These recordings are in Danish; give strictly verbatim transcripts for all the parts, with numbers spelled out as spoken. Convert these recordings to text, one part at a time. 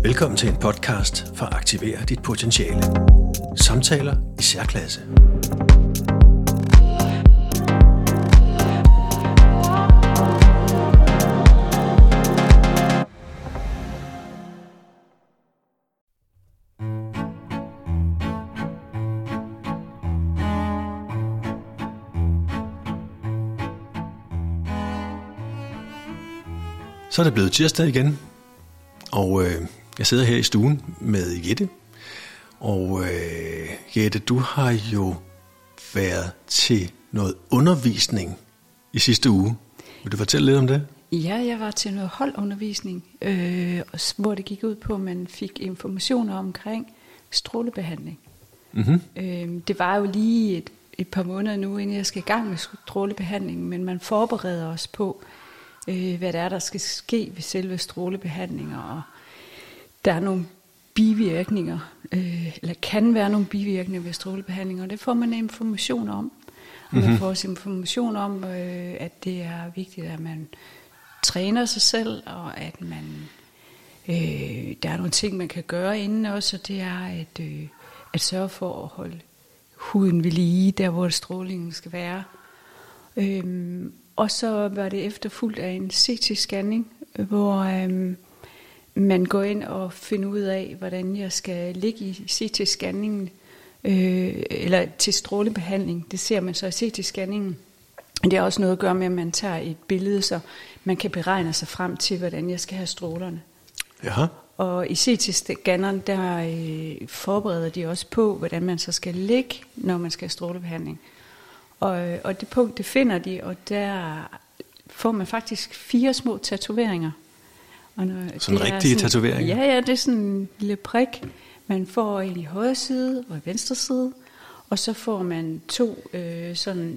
Velkommen til en podcast for at aktivere dit potentiale. Samtaler i særklasse. Så er det blevet tirsdag igen, og øh, jeg sidder her i stuen med Jette. Og øh, Jette, du har jo været til noget undervisning i sidste uge. Vil du fortælle lidt om det? Ja, jeg var til noget holdundervisning, øh, hvor det gik ud på, at man fik informationer omkring strålebehandling. Mm-hmm. Øh, det var jo lige et, et par måneder nu, inden jeg skal i gang med strålebehandling, men man forbereder os på, øh, hvad det er, der skal ske ved selve strålebehandlinger, og der er nogle bivirkninger, øh, eller kan være nogle bivirkninger ved strålebehandlinger, og det får man information om. Og man mm-hmm. får også information om, øh, at det er vigtigt, at man træner sig selv, og at man øh, der er nogle ting, man kan gøre inden også, og det er at, øh, at sørge for at holde huden ved lige, der hvor strålingen skal være. Øh, og så var det efterfulgt af en C T-scanning, hvor øh, man går ind og finder ud af, hvordan jeg skal ligge i C T-scanningen, øh, eller til strålebehandling. Det ser man så i C T-scanningen. Det har også noget at gøre med, at man tager et billede, så man kan beregne sig frem til, hvordan jeg skal have strålerne. Jaha. Og i C T-scanneren, der øh, forbereder de også på, hvordan man så skal ligge, når man skal have strålebehandling. Og, og det punkt, det finder de, og der får man faktisk fire små tatoveringer. Og når, sådan en rigtig tatovering? Ja, ja, det er sådan en lille prik. Man får en i højre side og i venstre side, og så får man to øh, sådan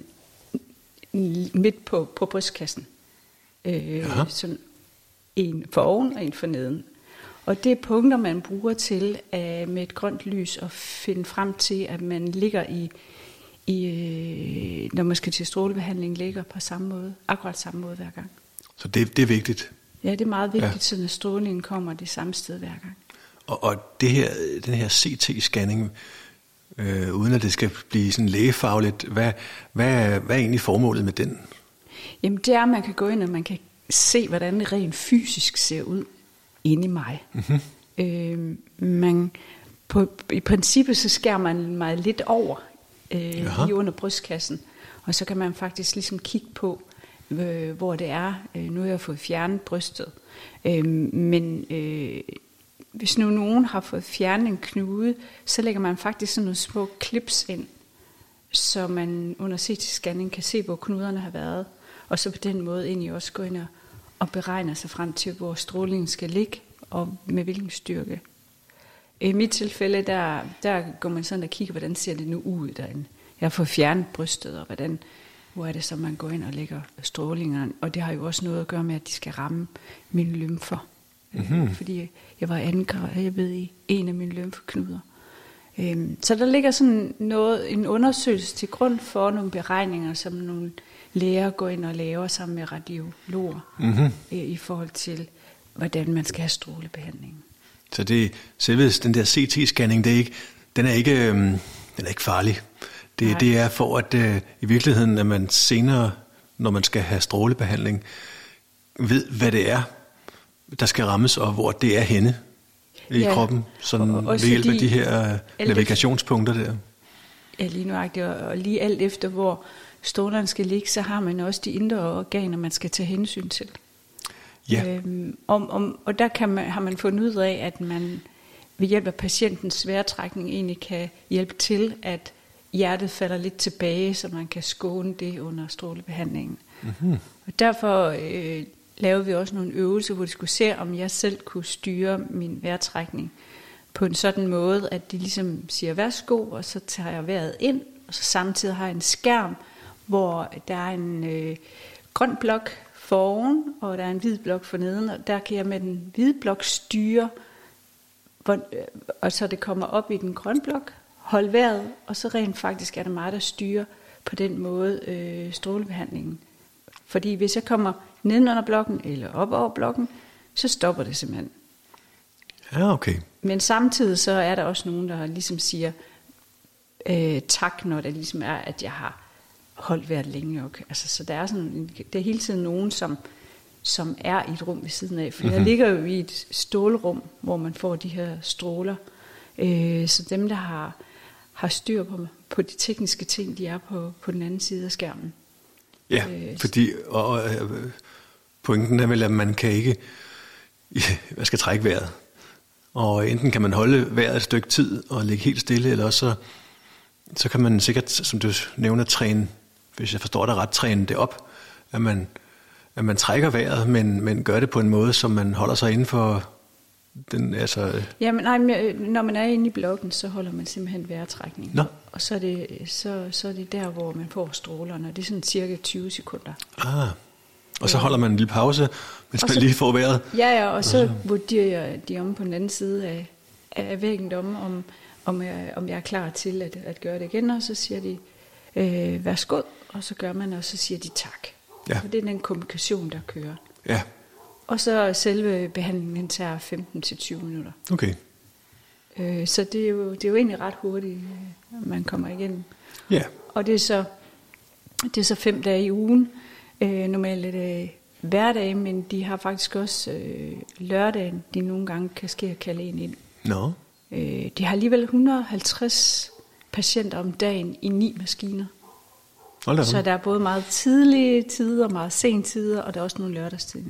midt på, på brystkassen. Øh, sådan en for oven og en for neden. Og det er punkter, man bruger til uh, med et grønt lys at finde frem til, at man ligger i, i øh, når man skal til strålebehandling, ligger på samme måde, akkurat samme måde hver gang. Så det, det er vigtigt? Ja, det er meget vigtigt, ja. Så når strålingen kommer det samme sted hver gang. Og, og det her, den her C T-scanning, øh, uden at det skal blive sådan lægefagligt, hvad, hvad, hvad er egentlig formålet med den? Jamen det er, at man kan gå ind, og man kan se, hvordan det rent fysisk ser ud inde i mig. Mm-hmm. Øh, man, på, I princippet så skærer man mig lidt over øh, lige under brystkassen, og så kan man faktisk ligesom kigge på, øh, hvor det er. Øh, nu har jeg fået fjernet brystet, øh, men øh, hvis nu nogen har fået fjernet en knude, så lægger man faktisk sådan nogle små clips ind, så man under C T-scanning kan se, hvor knuderne har været, og så på den måde egentlig også gå ind og, og beregne sig frem til, hvor strålingen skal ligge, og med hvilken styrke. I mit tilfælde, der, der går man sådan og kigger, hvordan ser det nu ud derinde. Jeg har fået fjernet brystet, og hvordan, hvor er det så, man går ind og lægger strålingerne, og det har jo også noget at gøre med, at de skal ramme mine lymfer. Mm-hmm. Fordi jeg var angravet, jeg ved, i en af mine lymfeknuder. Øhm, så der ligger sådan noget, en undersøgelse til grund for nogle beregninger, som nogle læger går ind og laver sammen med radiologer, mm-hmm. i, i forhold til, hvordan man skal have strålebehandling. Så det selve den der C T-scanning, det er ikke, den er ikke, øhm, den er ikke farlig. Det, det er for at øh, i virkeligheden, at man senere, når man skal have strålebehandling, ved, hvad det er, der skal rammes, og hvor det er henne i ja, kroppen, sådan og, ved hjælp af de her navigationspunkter der. Ja, lige nuagtigt, og lige alt efter, hvor strålerne skal ligge, så har man også de indre organer, man skal tage hensyn til. Ja. Øhm, om, om, og der kan man, har man fundet ud af, at man ved hjælp af patientens vejrtrækning egentlig kan hjælpe til, at hjertet falder lidt tilbage, så man kan skåne det under strålebehandlingen. Mm-hmm. Og derfor øh, lavede vi også nogle øvelser, hvor de skulle se, om jeg selv kunne styre min vejrtrækning på en sådan måde, at de ligesom siger værsgo, og så tager jeg vejret ind, og så samtidig har jeg en skærm, hvor der er en øh, grøn blok foroven, og der er en hvid blok for neden, og der kan jeg med den hvide blok styre, hvor, og så det kommer op i den grønne blok, holde vejret, og så rent faktisk er det mig, der styrer på den måde øh, strålebehandlingen. Fordi hvis jeg kommer neden under blokken, eller op over blokken, så stopper det simpelthen. Ja, okay. Men samtidig så er der også nogen, der ligesom siger øh, tak, når det ligesom er, at jeg har holdt vejret længe nok. Altså, så der er sådan, det er hele tiden nogen, som, som er i et rum ved siden af. For mm-hmm. jeg ligger jo i et stålrum, hvor man får de her stråler. Øh, så dem, der har, har styr på, på de tekniske ting, de er på, på den anden side af skærmen. Ja, øh, fordi og, og, pointen er vel, at man kan ikke, man skal trække vejret. Og enten kan man holde vejret et stykke tid og ligge helt stille, eller også så, så kan man sikkert, som du nævner, træne, hvis jeg forstår det ret, træne det op, at man, at man trækker vejret, men, men gør det på en måde, som man holder sig inden for den, altså... Jamen, nej, når man er inde i blokken, så holder man simpelthen vejrtrækning. Nå. Og så er, det, så, så er det der, hvor man får strålerne, og det er sådan cirka tyve sekunder. Ah, og så holder man en lille pause, mens man lige får vejret. Ja, ja, og så vurderer de om på den anden side af, af væggen om, om, om, jeg, om jeg er klar til at, at gøre det igen, og så siger de, øh, værsgo, og så gør man, og så siger de tak. Ja. Og det er den kommunikation, der kører. Ja. Og så selve behandlingen tager femten til tyve minutter. Okay. Øh, så det er, jo, det er jo egentlig ret hurtigt, man kommer igennem. Ja. Og det er så, det er så fem dage i ugen. Øh, normalt er det hverdag, men de har faktisk også øh, lørdagen, de nogle gange kan ske at kalde en ind. Nå. Øh, de har alligevel et hundrede og halvtreds patienter om dagen i ni maskiner. Så der er både meget tidlige tider, meget sene tider, og der er også nogle lørdagstider.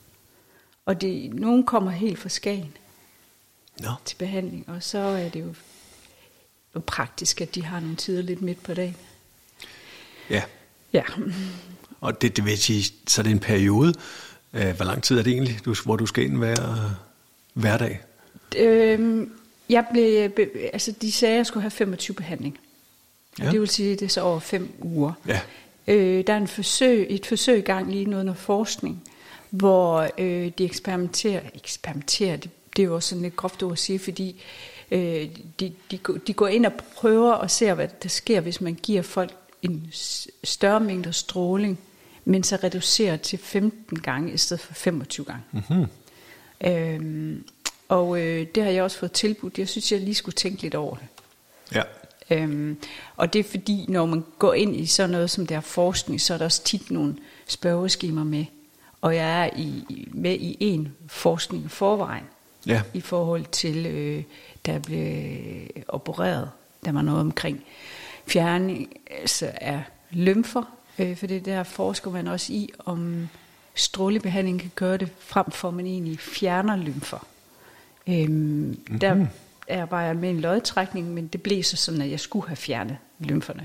Og det, nogen kommer helt fra Skagen Nå. til behandling, og så er det jo, jo praktisk, at de har nogle tider lidt midt på dagen. Ja. Ja. Og det, det vil sige, så er det en periode. Hvor lang tid er det egentlig, hvor du skal ind hver hverdag? Øhm, jeg blev, altså de sagde, at jeg skulle have femogtyve behandling. Ja. Og det vil sige, at det er så over fem uger. Ja. Øh, der er en forsøg, et forsøg i gang lige noget, noget forskning, hvor øh, de eksperimenterer, eksperimenterer, det, det er jo også sådan lidt groft ord at sige, fordi øh, de, de, de går ind og prøver og ser, hvad der sker, hvis man giver folk en større mængde stråling, men så reducerer til femten gange i stedet for femogtyve gange. Mm-hmm. Øhm, og øh, det har jeg også fået tilbudt. Jeg synes, jeg lige skulle tænke lidt over det. Ja. Øhm, og det er fordi, når man går ind i sådan noget som der forskning, så er der også tit nogle spørgeskemaer med. Og jeg er i, med i en forskning i forvejen, ja. i forhold til, øh, der blev opereret, der var noget omkring fjerning altså af lymfer, øh, for det der forsker man også i, om strålebehandling kan gøre det, frem for at man egentlig fjerner lymfer. Øhm, mm-hmm. Der er bare med en lodtrækning, men det blev så sådan, at jeg skulle have fjernet lymferne.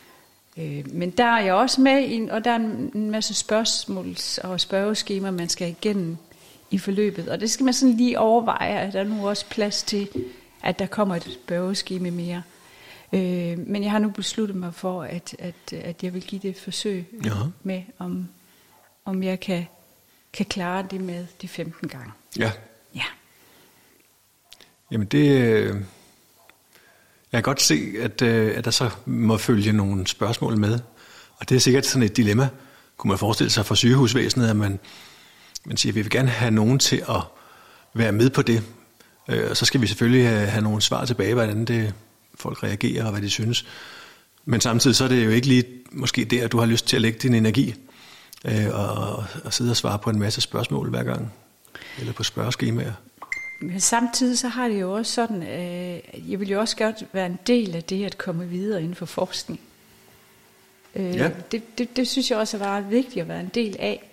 Øh, men der er jeg også med i, og der er en masse spørgsmål og spørgeskemaer, man skal igennem i forløbet. Og det skal man sådan lige overveje, at der er nu også plads til, at der kommer et spørgeskema mere. Øh, men jeg har nu besluttet mig for, at, at, at jeg vil give det et forsøg ja. med, om, om jeg kan, kan klare det med de femten gange. Ja. Ja. Jamen det... Jeg kan godt se, at, at der så må følge nogle spørgsmål med. Og det er sikkert sådan et dilemma, kunne man forestille sig for sygehusvæsenet, at man, man siger, at vi vil gerne have nogen til at være med på det. Og så skal vi selvfølgelig have, have nogle svar tilbage, hvordan det, folk reagerer og hvad de synes. Men samtidig så er det jo ikke lige måske der, at du har lyst til at lægge din energi og, og sidde og svare på en masse spørgsmål hver gang. Eller på spørgeskemaer. Men samtidig så har det jo også sådan, at jeg vil jo også godt være en del af det at komme videre inden for forskning. Ja. Det, det, det synes jeg også er meget vigtigt at være en del af.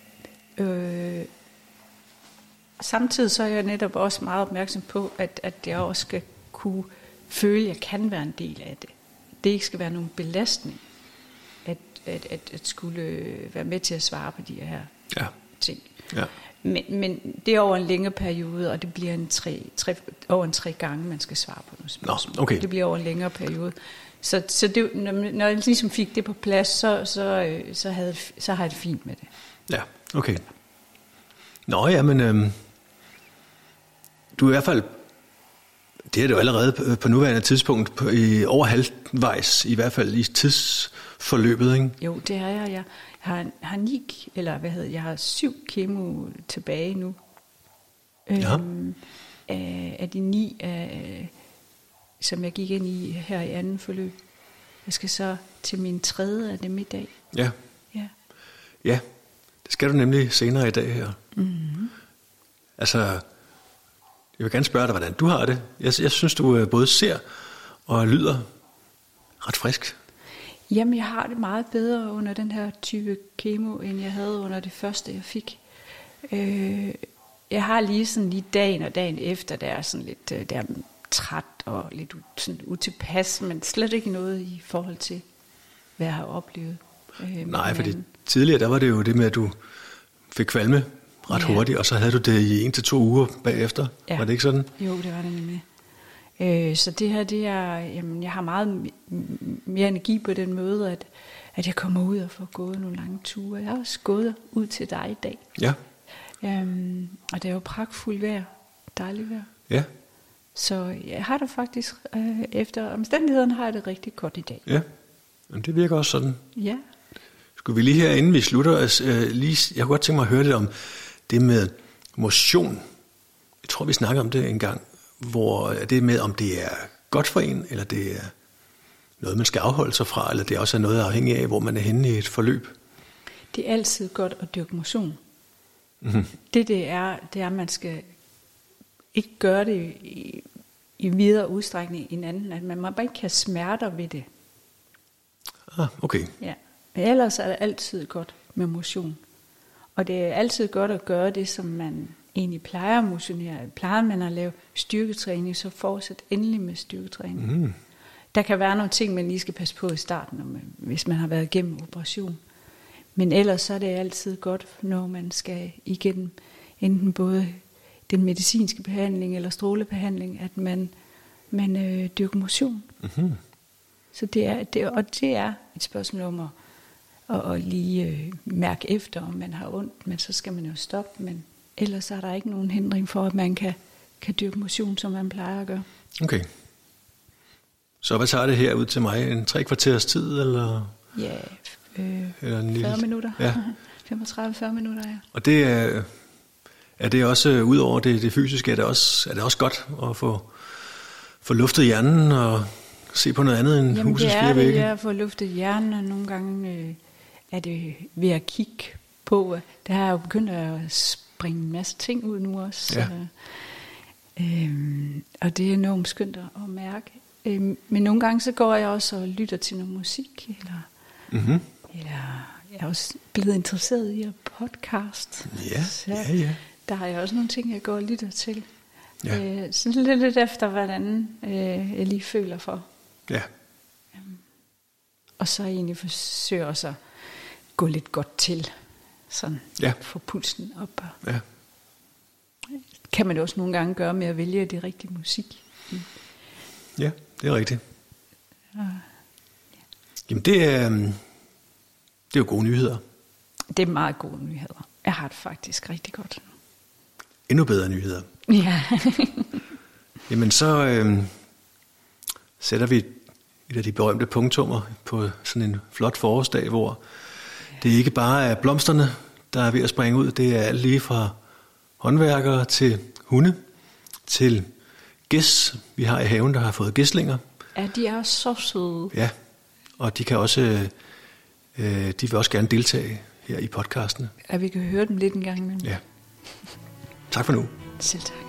Øh, samtidig så er jeg netop også meget opmærksom på, at, at jeg også skal kunne føle, at jeg kan være en del af det. Det ikke skal være nogen belastning, at, at, at, at skulle være med til at svare på de her ja. ting. Ja. Men, men det er over en længere periode, og det bliver en tre, tre, over en tre gange, man skal svare på nogle spørgsmål. Nå, okay. Det bliver over en længere periode. Så, så det, når jeg ligesom fik det på plads, så, så, så, havde, så har jeg det fint med det. Ja, okay. Nå ja, men øhm, du er i hvert fald, det er det jo allerede på nuværende tidspunkt, på, i, over halvvejs, i hvert fald i tidsforløbet, ikke? Jo, det er jeg, jeg. Jeg har, har ni, eller hvad hedder jeg har syv kemo tilbage nu. Ja. Øhm, af, af de ni, af, som jeg gik ind i her i anden forløb. Jeg skal så til min tredje af dem i dag. Ja. Ja. Ja, det skal du nemlig senere i dag her. Mm-hmm. Altså, jeg vil gerne spørge dig, hvordan du har det. Jeg, jeg synes, du både ser og lyder ret frisk. Jamen, jeg har det meget bedre under den her type kemo, end jeg havde under det første, jeg fik. Øh, jeg har lige sådan lige dagen og dagen efter, der er sådan lidt der er træt og lidt sådan utilpas, men slet ikke noget i forhold til, hvad jeg har oplevet. Øh, Nej, fordi tidligere, der var det jo det med, at du fik kvalme ret ja. hurtigt, og så havde du det i en til to uger bagefter. Ja. Var det ikke sådan? Jo, det var det nemlig. Øh, så det her, det er, jamen, jeg har meget mere energi på den måde, at, at jeg kommer ud og får gået nogle lange ture. Jeg har også gået ud til dig i dag. Ja. Øhm, og det er jo pragtfuldt vejr. Dejligt vejr. Ja. Så jeg har det faktisk, øh, efter omstændighederne har jeg det rigtig godt i dag. Ja, men det virker også sådan. Ja. Skulle vi lige her, inden vi slutter, altså, øh, lige, jeg kunne godt tænke mig at høre lidt om det med motion. Jeg tror, vi snakker om det en gang, hvor det med, om det er godt for en, eller det er noget, man skal afholde sig fra, eller det også er noget afhængig af, hvor man er henne i et forløb. Det er altid godt at dyrke motion. Mm-hmm. Det, det er, det er, at man skal ikke gøre det i, i videre udstrækning end anden, at man bare ikke kan smerter ved det. Ah, okay. Ja. Men ellers er det altid godt med motion. Og det er altid godt at gøre det, som man egentlig plejer at motionere. Plejer man at lave styrketræning, så fortsæt endelig med styrketræning. Mm. Der kan være nogle ting, man lige skal passe på i starten, hvis man har været igennem operation. Men ellers så er det altid godt, når man skal igennem enten både den medicinske behandling eller strålebehandling, at man, man øh, dyrker motion. Mm-hmm. Så det er, det, og det er et spørgsmål om at, at, at lige øh, mærke efter, om man har ondt, men så skal man jo stoppe. Men ellers er der ikke nogen hindring for, at man kan, kan dyrke motion, som man plejer at gøre. Okay. Så hvad tager det her ud til mig? En tre kvarters tid, eller? Ja, øh, eller en lille... fyrre minutter. Ja. femogtredive til fyrre minutter, ja. Og det er, er det også, ud over det, det fysiske, er det, også, er det også godt at få, få luftet hjernen og se på noget andet end Jamen, husets fire vægge? vægge? Det er at få luftet hjernen, og nogle gange øh, er det ved at kigge på. Der har jeg jo begyndt at springe en masse ting ud nu også. Ja. Øh, og det er enormt skønt at mærke. Øh, men nogle gange så går jeg også og lytter til noget musik, eller, mm-hmm. eller jeg er også blevet interesseret i at podcast. Ja, så ja, ja. Der har jeg også nogle ting, jeg går og lytter til. Ja. Øh, sådan lidt, lidt efter, hvordan øh, jeg lige føler for. Ja. Um, og så egentlig forsøger også at gå lidt godt til, sådan ja. få pulsen op. Ja. Kan man det også nogle gange gøre med at vælge det rigtige musik. Mm. Ja, det er rigtigt. Ja. Jamen det er, det er jo gode nyheder. Det er meget gode nyheder. Jeg har det faktisk rigtig godt. Endnu bedre nyheder. Ja. Jamen så øh, sætter vi et af de berømte punktummer på sådan en flot forårsdag, hvor det ikke bare er blomsterne, der er ved at springe ud. Det er alt lige fra håndværkere til hunde, til gæs, vi har i haven, der har fået gæslinger. Ja, de er så søde. Ja, og de kan også, øh, de vil også gerne deltage her i podcasten. Ja, vi kan høre dem lidt en gang imellem. Ja. Tak for nu. Selv tak.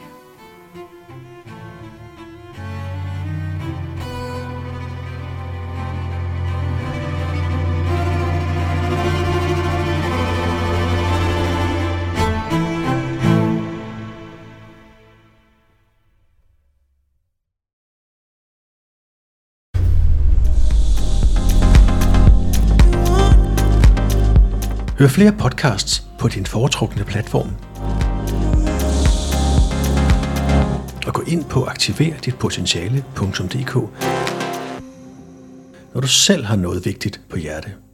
Hør flere podcasts på din foretrukne platform. Og gå ind på aktiver dit potentiale punktum d k, når du selv har noget vigtigt på hjerte.